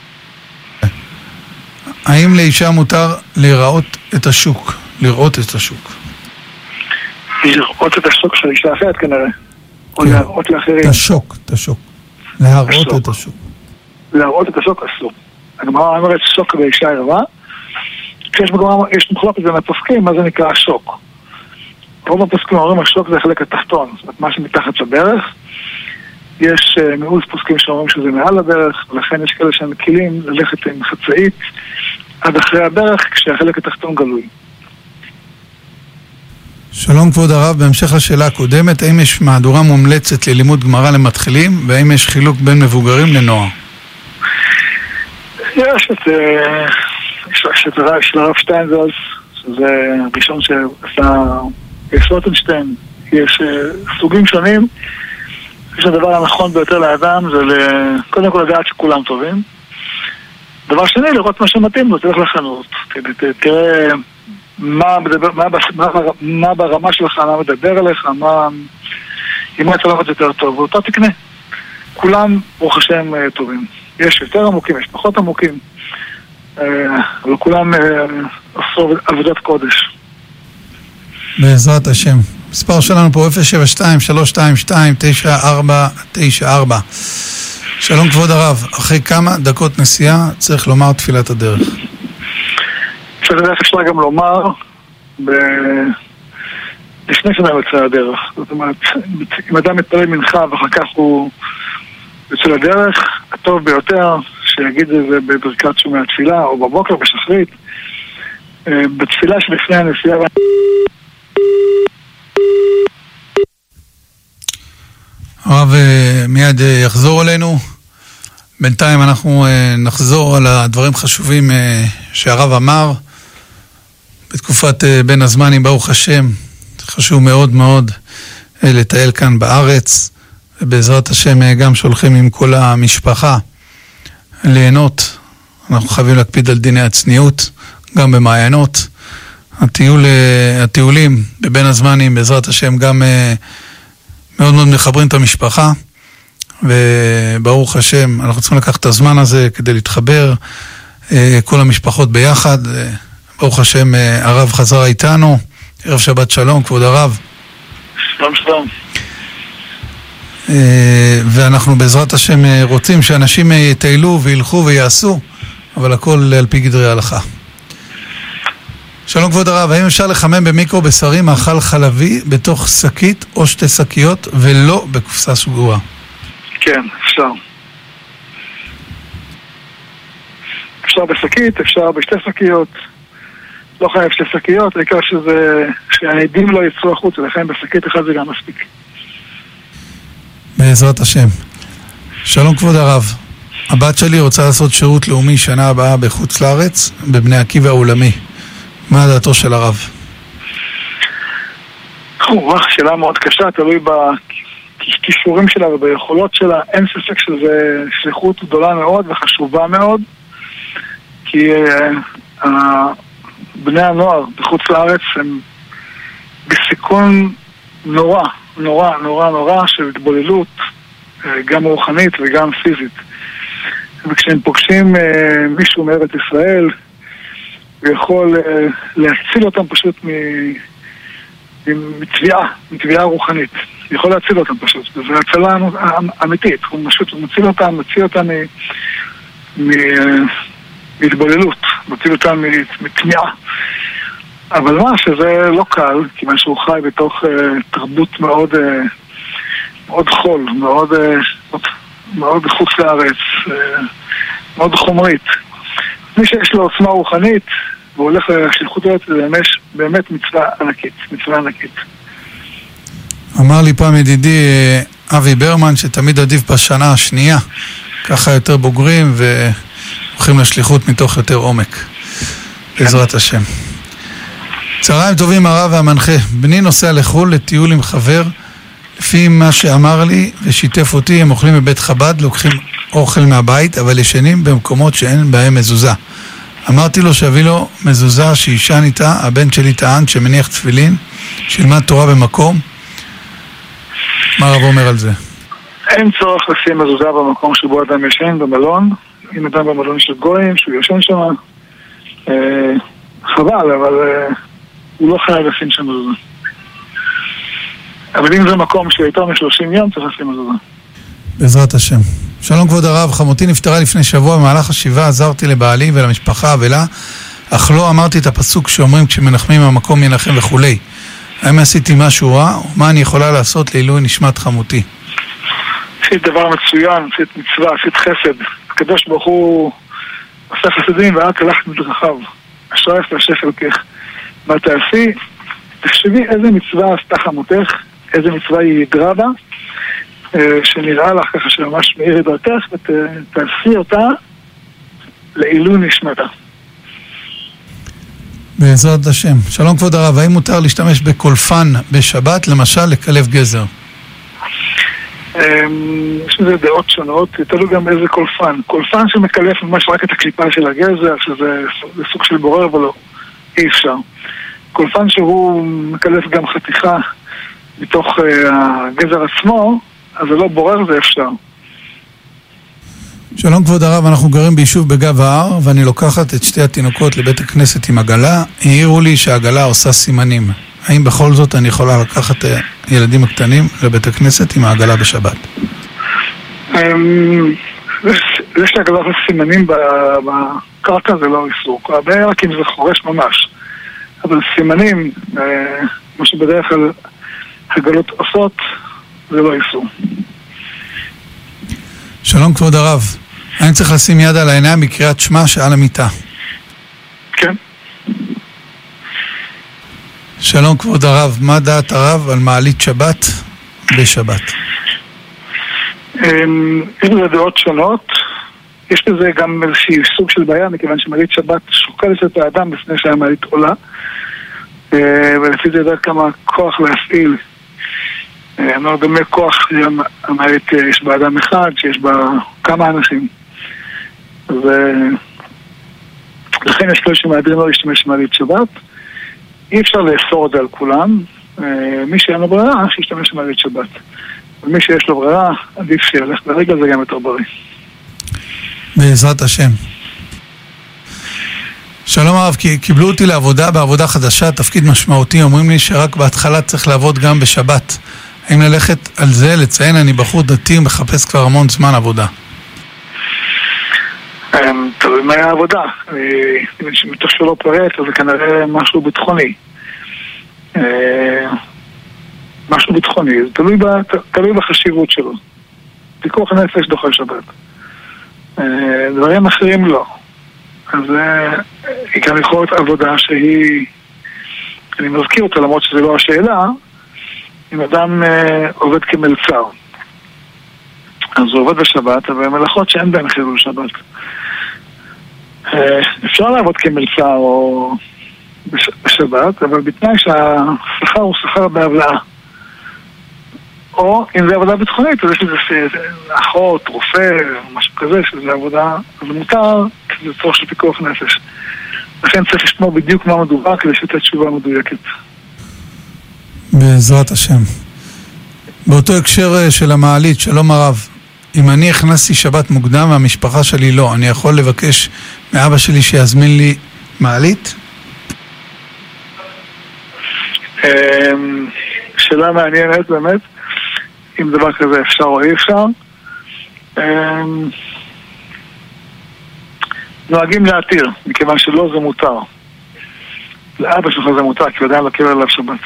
האם לאישה מותר לראות את השוק? לראות את השוק. לראות את השוק של אישה אחרת כנראה. או כן. להראות לאחרים. את השוק, את השוק. להראות השוק. את השוק. להראות את השוק אסור. הגמרא אומרת שוק באישה ערווה. כשיש בגמרא, יש מחלוקת בין הפוסקים, מה זה נקרא השוק? רוב הפוסקים אומרים השוק זה החלק התחתון, זאת אומרת מה שמתחת לברך. יש uh, מעוז פוסקים שאומרים שזה מעל הברך, ולכן יש כאלה שהם מקילים ללכת עם חצאית עד אחרי הברך כשהחלק התחתון גלוי. שלום כבוד הרב, בהמשך לשאלה הקודמת, האם יש מהדורה מומלצת ללימוד גמרא למתחילים, והאם יש חילוק בין מבוגרים לנוער? יש את של הרב שטיינזלץ, שזה הראשון שעשה סוטנשטיין. יש סוגים שונים. יש הדבר הנכון ביותר לאדם זה קודם כל לדעת שכולם טובים. דבר שני, לראות מה שמתאים לו, תלך לחנות, תראה מה, מדבר, מה, מה, מה ברמה שלך, מה מדבר עליך, מה, אם מה אתה לומד יותר טוב, ואותו תקנה. כולם ברוך השם טובים. יש יותר עמוקים, יש פחות עמוקים, אבל כולם עשו עבודת קודש. בעזרת השם. מספר שלנו פה אפס שבע שתיים שלוש שתיים שתיים תשע ארבע תשע ארבע. שלום כבוד הרב, אחרי כמה דקות נסיעה צריך לומר תפילת הדרך? תפילת הדרך אפשר גם לומר ב... לפני שאדם יוצא לדרך. זאת אומרת, אם אדם מתפלל מנחה ואחר כך הוא יוצא לדרך, הטוב ביותר שיגיד את זה בברכת שומע התפילה או בבוקר בשחרית. בתפילה שלפני הנסיעה הרב מיד יחזור אלינו. בינתיים אנחנו נחזור על הדברים חשובים שהרב אמר בתקופת בין הזמנים, ברוך השם. חשוב מאוד מאוד לטייל כאן בארץ, ובעזרת השם גם שהולכים עם כל המשפחה ליהנות. אנחנו חייבים להקפיד על דיני הצניעות גם במעיינות. הטיול, הטיולים בבין הזמנים בעזרת השם גם מאוד מאוד מחברים את המשפחה, וברוך השם, אנחנו צריכים לקחת את הזמן הזה כדי להתחבר, כל המשפחות ביחד. ברוך השם, הרב חזר איתנו. ערב שבת שלום, כבוד הרב. שלום שלום. ואנחנו בעזרת השם רוצים שאנשים יטיילו וילכו ויעשו, אבל הכל על פי גדרי ההלכה. שלום כבוד הרב, האם אפשר לחמם במיקרו בשרי מאכל חלבי בתוך שקית או שתי שקיות ולא בקופסה סגורה? כן, אפשר. אפשר בשקית, אפשר בשתי שקיות. לא חייב שתי שקיות, העיקר שזה, שהעדים לא יצאו החוץ, ולכן בשקית אחד זה גם מספיק. בעזרת השם. שלום כבוד הרב, הבת שלי רוצה לעשות שירות לאומי שנה הבאה בחוץ לארץ, בבני עקיבא העולמי. מה דעתו של הרב? וואו, שאלה מאוד קשה, תלוי בכישורים שלה וביכולות שלה. אין ספק שזה שליחות גדולה מאוד וחשובה מאוד, כי uh, בני הנוער בחוץ לארץ הם בסיכון נורא, נורא, נורא, נורא של התבוללות, uh, גם רוחנית וגם פיזית. וכשהם פוגשים uh, מישהו מארץ ישראל, הוא יכול uh, להציל אותם פשוט מתביעה, מתביעה רוחנית. הוא יכול להציל אותם פשוט. זו הצלה אמיתית. הוא פשוט מציל אותם, מציל אותם מהתבוללות, מציל אותם מתמיעה. אבל מה שזה לא קל, כיוון שהוא חי בתוך uh, תרבות מאוד, uh, מאוד חול, מאוד, uh, מאוד חוץ לארץ, uh, מאוד חומרית. מי שיש לו עוצמה רוחנית והוא הולך לשליחות הזאת, זה באמת, באמת מצווה ענקית, מצווה ענקית. אמר לי פעם ידידי אבי ברמן שתמיד עדיף בשנה השנייה, ככה יותר בוגרים והולכים לשליחות מתוך יותר עומק, בעזרת השם. צהריים טובים הרב והמנחה, בני נוסע לחול לטיול עם חבר, לפי מה שאמר לי ושיתף אותי, הם אוכלים בבית חב"ד, לוקחים אוכל מהבית, אבל ישנים במקומות שאין בהם מזוזה. אמרתי לו שאביא לו מזוזה שישן איתה, הבן שלי טען שמניח תפילין, שילמד תורה במקום. מה הרב אומר על זה? אין צורך לשים מזוזה במקום שבו אדם ישן, במלון. אם אדם במלון של גויים, שהוא ישן שם, אה, חבל, אבל אה, הוא לא חייב לשים שם מזוזה. אבל אם זה מקום שיותר מ-שלושים יום, צריך לשים מזוזה. בעזרת השם. שלום כבוד הרב, חמותי נפטרה לפני שבוע, במהלך השבעה עזרתי לבעלי ולמשפחה אבלה, אך לא אמרתי את הפסוק שאומרים כשמנחמים המקום ינחם וכולי. האם עשיתי משהו רע, או מה אני יכולה לעשות לעילוי נשמת חמותי? עשית דבר מצוין, עשית מצווה, עשית חסד. הקדוש ברוך הוא עשה חסדים ורק הלך מדרכיו. אשרייך והשם חלקך. מה תעשי? תחשבי איזה מצווה עשתה חמותך, איזה מצווה היא יגרה בה, שנראה לך ככה שממש מאיר את דרכך, ותעשי אותה לעילוי נשמתה. בעזרת השם. שלום כבוד הרב, האם מותר להשתמש בקולפן בשבת, למשל לקלף גזר? יש לזה דעות שונות, תלוי גם איזה קולפן. קולפן שמקלף ממש רק את הקליפה של הגזר, שזה סוג של בורר ולא, אי אפשר. קולפן שהוא מקלף גם חתיכה מתוך הגזר עצמו, אז זה לא בורר, זה אפשר. שלום כבוד הרב, אנחנו גרים ביישוב בגב ההר, ואני לוקחת את שתי התינוקות לבית הכנסת עם עגלה. העירו לי שהעגלה עושה סימנים. האם בכל זאת אני יכולה לקחת ילדים הקטנים לבית הכנסת עם העגלה בשבת? זה שהעגלה עושה סימנים בקרקע זה לא איסור. הבעיה רק אם זה חורש ממש. אבל סימנים, מה שבדרך כלל עגלות עושות, זה לא איסור. שלום כבוד הרב, אני צריך לשים יד על העיניים בקריאת שמע שעל המיטה. כן. שלום כבוד הרב, מה דעת הרב על מעלית שבת בשבת? יש לזה דעות שונות. יש לזה גם איזושהי סוג של בעיה, מכיוון שמעלית שבת שוקלת את האדם לפני שהמעלית עולה, ולפי זה יודע כמה כוח להפעיל. אני לא דומה כוח, המעלית יש בה אדם אחד, שיש בה כמה אנשים. ולכן יש כאלה שמעדירים לא להשתמש במעלית שבת. אי אפשר לאסור את זה על כולם. מי שאין לו ברירה, שישתמש במעלית שבת. ומי שיש לו ברירה, עדיף שילך ברגע, זה גם יותר בריא. בעזרת השם. שלום הרב, כי קיבלו אותי לעבודה בעבודה חדשה, תפקיד משמעותי, אומרים לי שרק בהתחלה צריך לעבוד גם בשבת. האם ללכת על זה, לציין, אני בחור דתי ומחפש כבר המון זמן עבודה? תלוי מה היה העבודה. מתוך שלא פרט, אז זה כנראה משהו ביטחוני. משהו ביטחוני, זה תלוי, תלוי בחשיבות שלו. פיקוח נפש דוחה שבת. דברים אחרים לא. אז היא גם יכול להיות עבודה שהיא, אני מזכיר אותה למרות שזה לא השאלה, אם אדם עובד כמלצר. אז הוא עובד בשבת, אבל מלאכות שאין בהן חילול שבת. אפשר לעבוד כמלצר או בשבת, אבל בתנאי שהשכר הוא שכר בהבלעה. או אם זה עבודה ביטחונית, אז יש לזה אחות, רופא, משהו כזה, שזה עבודה, אז מותר, כי זה צורך של פיקוח נפש. לכן צריך לשמור בדיוק מה מדובר, כדי שתהיה תשובה מדויקת. בעזרת השם. באותו הקשר של המעלית, שלום הרב, אם אני הכנסתי שבת מוקדם והמשפחה שלי לא, אני יכול לבקש מאבא שלי שיזמין לי מעלית? שאלה מעניינת באמת. אם דבר כזה אפשר או אי אפשר. נוהגים להתיר, מכיוון שלא זה מותר. לאבא שלך זה מותר, כי עדיין לא קיבל עליו שבת.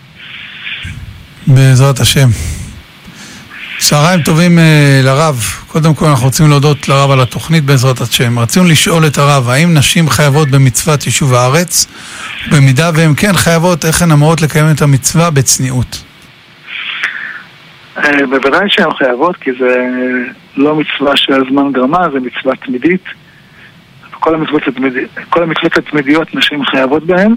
בעזרת השם. צהריים טובים לרב. קודם כל אנחנו רוצים להודות לרב על התוכנית בעזרת השם. רצינו לשאול את הרב, האם נשים חייבות במצוות יישוב הארץ? במידה והן כן חייבות, איך הן אמורות לקיים את המצווה בצניעות? בוודאי שהן חייבות, כי זה לא מצווה שהזמן גרמה, זה מצווה תמידית. כל המצוות התמידיות, כל המצוות התמידיות נשים חייבות בהן.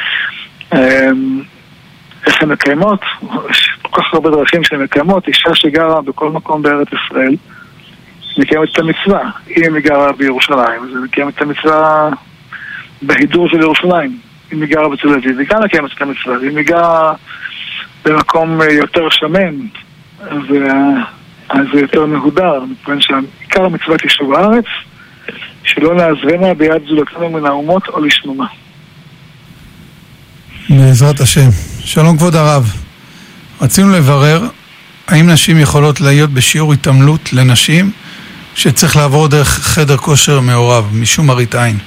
איך הן מקיימות? יש כל כך הרבה דרכים שהן מקיימות. אישה שגרה בכל מקום בארץ ישראל מקיימת את המצווה. אם היא גרה בירושלים, אז היא מקיימת את המצווה בהידור של ירושלים. אם היא גרה בתל אביב, היא גם מקיימת את המצווה. אם היא גרה במקום יותר שמן, אז, אז זה יותר מהודר. מכיוון שעיקר המצוות יישוב הארץ, שלא נעזבנה ביד זולתנו מן האומות או לשמומה. בעזרת השם. שלום כבוד הרב. רצינו לברר האם נשים יכולות להיות בשיעור התעמלות לנשים שצריך לעבור דרך חדר כושר מעורב, משום מראית עין.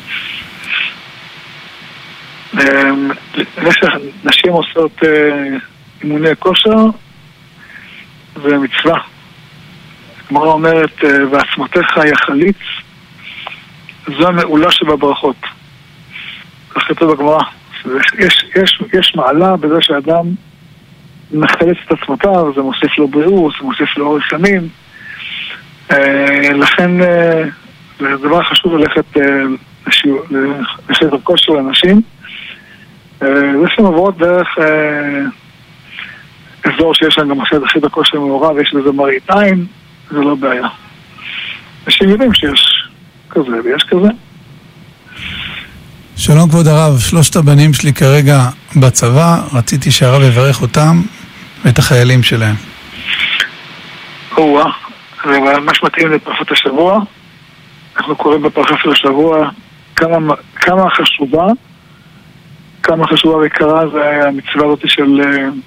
נשים עושות אימוני כושר ומצווה. כמו אומרת, ועצמותיך יחליץ, זו המעולה שבברכות. כך כתוב בגמרא. יש, יש, יש מעלה בזה שאדם מחלץ את עצמותיו, זה מוסיף לו בריאות, זה מוסיף לו אורך ימים. לכן זה דבר חשוב ללכת לחדר כושר לאנשים. זה שמעברות דרך אזור שיש להם גם חדר כושר מעורב, יש לזה מראית עין, זה לא בעיה. אנשים יודעים שיש כזה ויש כזה. שלום כבוד הרב, שלושת הבנים שלי כרגע בצבא, רציתי שהרב יברך אותם ואת החיילים שלהם. או-אה, זה ממש מתאים לפרשת השבוע. אנחנו קוראים בפרשת של השבוע כמה, כמה חשובה, כמה חשובה ויקרה זה המצווה הזאת של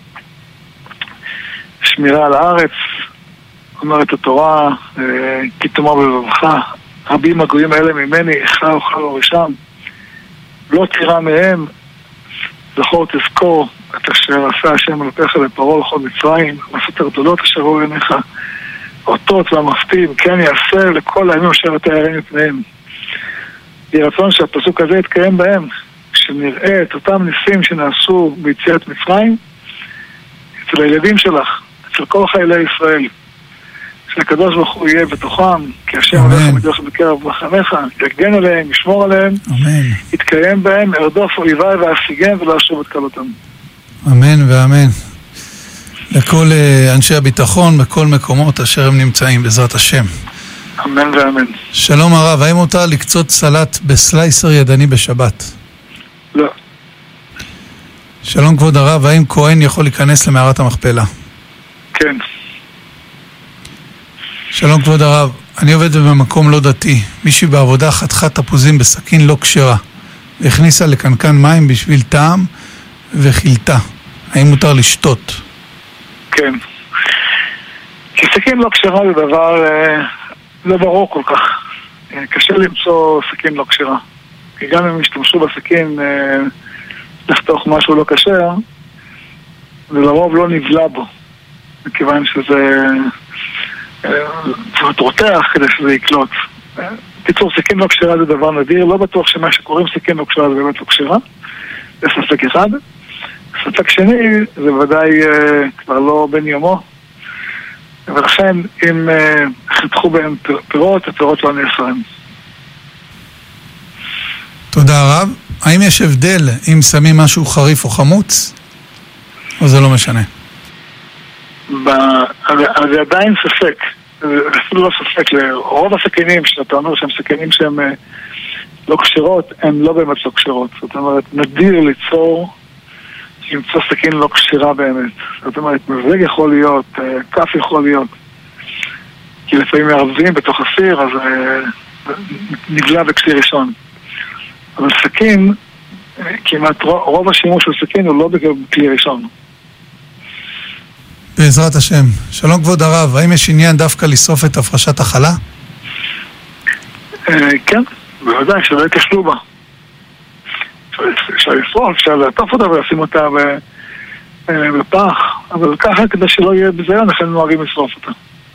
שמירה על הארץ. אומרת התורה, כי תאמר בלבבך, רבים הגויים האלה ממני, איכה אוכל וראשם. לא תירא מהם, זכור תזכור את אשר עשה השם אלוקיך לפרעה לכל מצרים, מעשות הגדולות אשר ראו עיניך, אותות והמפתים, כן יעשה לכל הימים אשר אתה יראה מפניהם. יהי רצון שהפסוק הזה יתקיים בהם, כשנראה את אותם ניסים שנעשו ביציאת מצרים, אצל הילדים שלך, אצל כל חיילי ישראל, שהקדוש ברוך הוא יהיה בתוכם, כי השם הולך מדרך בקרב מחניך, יגן עליהם, ישמור עליהם, אמן. יתקיים בהם, ארדוף אויבי ואשיגם ולא אשוב את קלותם. אמן ואמן. לכל אנשי הביטחון בכל מקומות אשר הם נמצאים, בעזרת השם. אמן ואמן. שלום הרב, האם מותר לקצות סלט בסלייסר ידני בשבת? לא. שלום כבוד הרב, האם כהן יכול להיכנס למערת המכפלה? כן. שלום כבוד הרב, אני עובד במקום לא דתי. מישהי בעבודה חתכה תפוזים בסכין לא כשרה והכניסה לקנקן מים בשביל טעם וחילתה. האם מותר לשתות? כן. כי סכין לא כשרה זה דבר אה, לא ברור כל כך. אה, קשה למצוא סכין לא כשרה. כי גם אם ישתמשו בסכין אה, לחתוך משהו לא כשר, זה לרוב לא נבלע בו. מכיוון שזה צריך רותח כדי שזה יקלוט. קיצור, סכין לא כשרה זה דבר נדיר, לא בטוח שמה שקוראים סכין לא כשרה זה באמת לא כשרה, זה ספק אחד. ספק שני זה ודאי כבר לא בן יומו, ולכן אם חתכו בהם פירות, הפירות לא נאסרים. תודה רב. האם יש הבדל אם שמים משהו חריף או חמוץ, או זה לא משנה? זה עדיין ספק, זה אפילו לא ספק. רוב הסכינים שאתה אומר שהם סכינים שהם לא כשרות, הם לא באמת לא כשרות. זאת אומרת, נדיר ליצור למצוא סכין לא כשרה באמת. זאת אומרת, מזלג יכול להיות, כף יכול להיות, כי לפעמים מערבים בתוך הסיר, אז נגלה בכלי ראשון. אבל סכין, כמעט רוב השימוש של סכין הוא לא בכלי ראשון. בעזרת השם. שלום כבוד הרב, האם יש עניין דווקא לשרוף את הפרשת החלה? כן, בוודאי, שלא יקשלו בה. אפשר לשרוף, אפשר לעטוף אותה ולשים אותה בפח, אבל ככה כדי שלא יהיה בזיון, לכן נוהגים לשרוף אותה.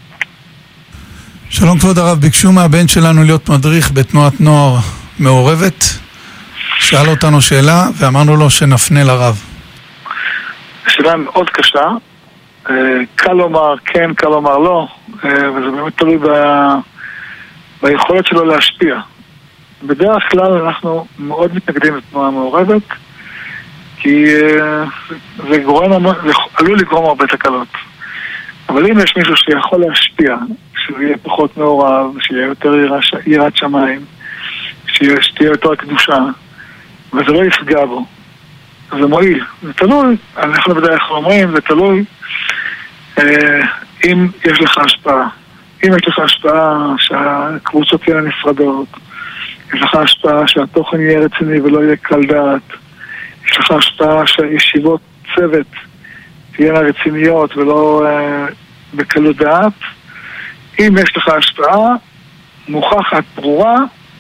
שלום כבוד הרב, ביקשו מהבן שלנו להיות מדריך בתנועת נוער מעורבת. שאל אותנו שאלה ואמרנו לו שנפנה לרב. שאלה מאוד קשה. קל לומר כן, קל לומר לא, וזה באמת תלוי ב... ביכולת שלו להשפיע. בדרך כלל אנחנו מאוד מתנגדים לתנועה מעורבת, כי זה, גורם, זה עלול לגרום הרבה תקלות. אבל אם יש מישהו שיכול להשפיע, שהוא יהיה פחות מעורב, שיהיה יותר יראת שמיים, שתהיה יותר קדושה, וזה לא יפגע בו, זה מועיל. זה תלוי, אנחנו בדרך כלל אומרים, זה תלוי אה, אם יש לך השפעה. אם יש לך השפעה שהקבוצות תהיינה נפרדות, יש לך השפעה שהתוכן יהיה רציני ולא יהיה קל דעת, יש לך השפעה שהישיבות צוות תהיינה רציניות ולא אה, בקלות דעת. אם יש לך השפעה מוכחת, ברורה,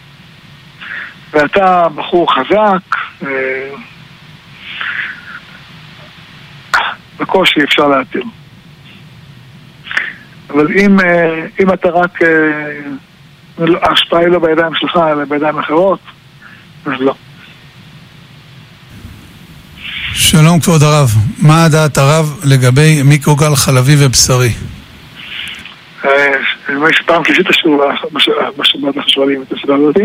ואתה בחור חזק, אה, בקושי אפשר להתיר. אבל אם, אה, אם אתה רק, אה, ההשפעה היא לא בידיים שלך, אלא בידיים אחרות, אז לא. שלום כבוד הרב, מה דעת הרב לגבי מיקרוגל חלבי ובשרי? יש פעם כלישית השאלה, בשבת אנחנו שואלים את השאלה הזאת.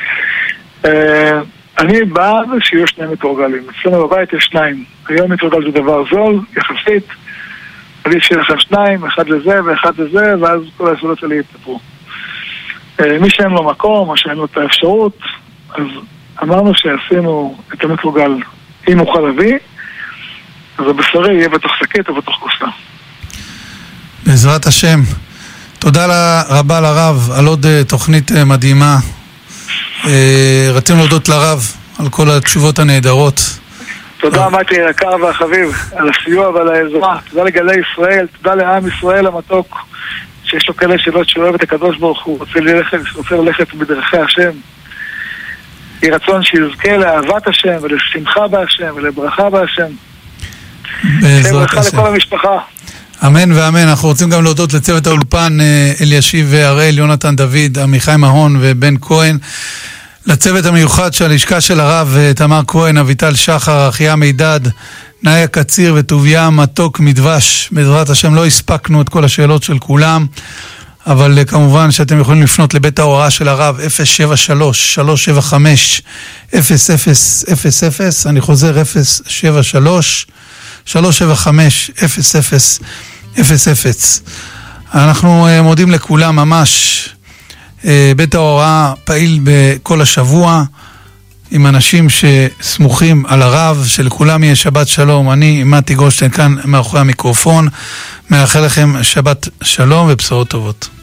אני בעד שיהיו שני מיקרוגלים. אצלנו בבית יש שניים. היום מיקרוגל זה דבר זול, יחסית. עדיף שיהיה לכם שניים, אחד לזה ואחד לזה, ואז כל היסודות שלי יתפרו. מי שאין לו מקום, או שאין לו את האפשרות, אז אמרנו שישימו את המיקרוגל אם הוא חלבי, אז הבשרי יהיה בתוך שקית או בתוך קופסה. בעזרת השם. תודה רבה לרב על עוד תוכנית מדהימה. רצינו להודות לרב על כל התשובות הנהדרות. תודה מתי היקר והחביב על הסיוע ועל העזרה. תודה לגלי ישראל, תודה לעם ישראל המתוק שיש לו כאלה שאלות שאוהב את הקדוש ברוך הוא, רוצה ללכת, רוצה ללכת בדרכי השם. יהי רצון שיזכה לאהבת השם ולשמחה בהשם ולברכה בהשם. בעזרת השם. ברכה לכל המשפחה. אמן ואמן. אנחנו רוצים גם להודות לצוות האולפן אלישיב והראל, יונתן דוד, עמיחי מהון ובן כהן, לצוות המיוחד של הלשכה של הרב תמר כהן, אביטל שחר, אחיה מידד, נאיה קציר וטוביה מתוק מדבש. בעזרת השם לא הספקנו את כל השאלות של כולם, אבל כמובן שאתם יכולים לפנות לבית ההוראה של הרב אפס שבע שלוש שלוש שבע חמש אפס אפס אפס אפס. אני חוזר אפס שבע שלוש שלוש שבע חמש אפס אפס אפס אפס. אנחנו מודים לכולם ממש. בית ההוראה פעיל בכל השבוע עם אנשים שסמוכים על הרב, שלכולם יהיה שבת שלום. אני מתי גולדשטיין כאן מאחורי המיקרופון, מאחל לכם שבת שלום ובשורות טובות.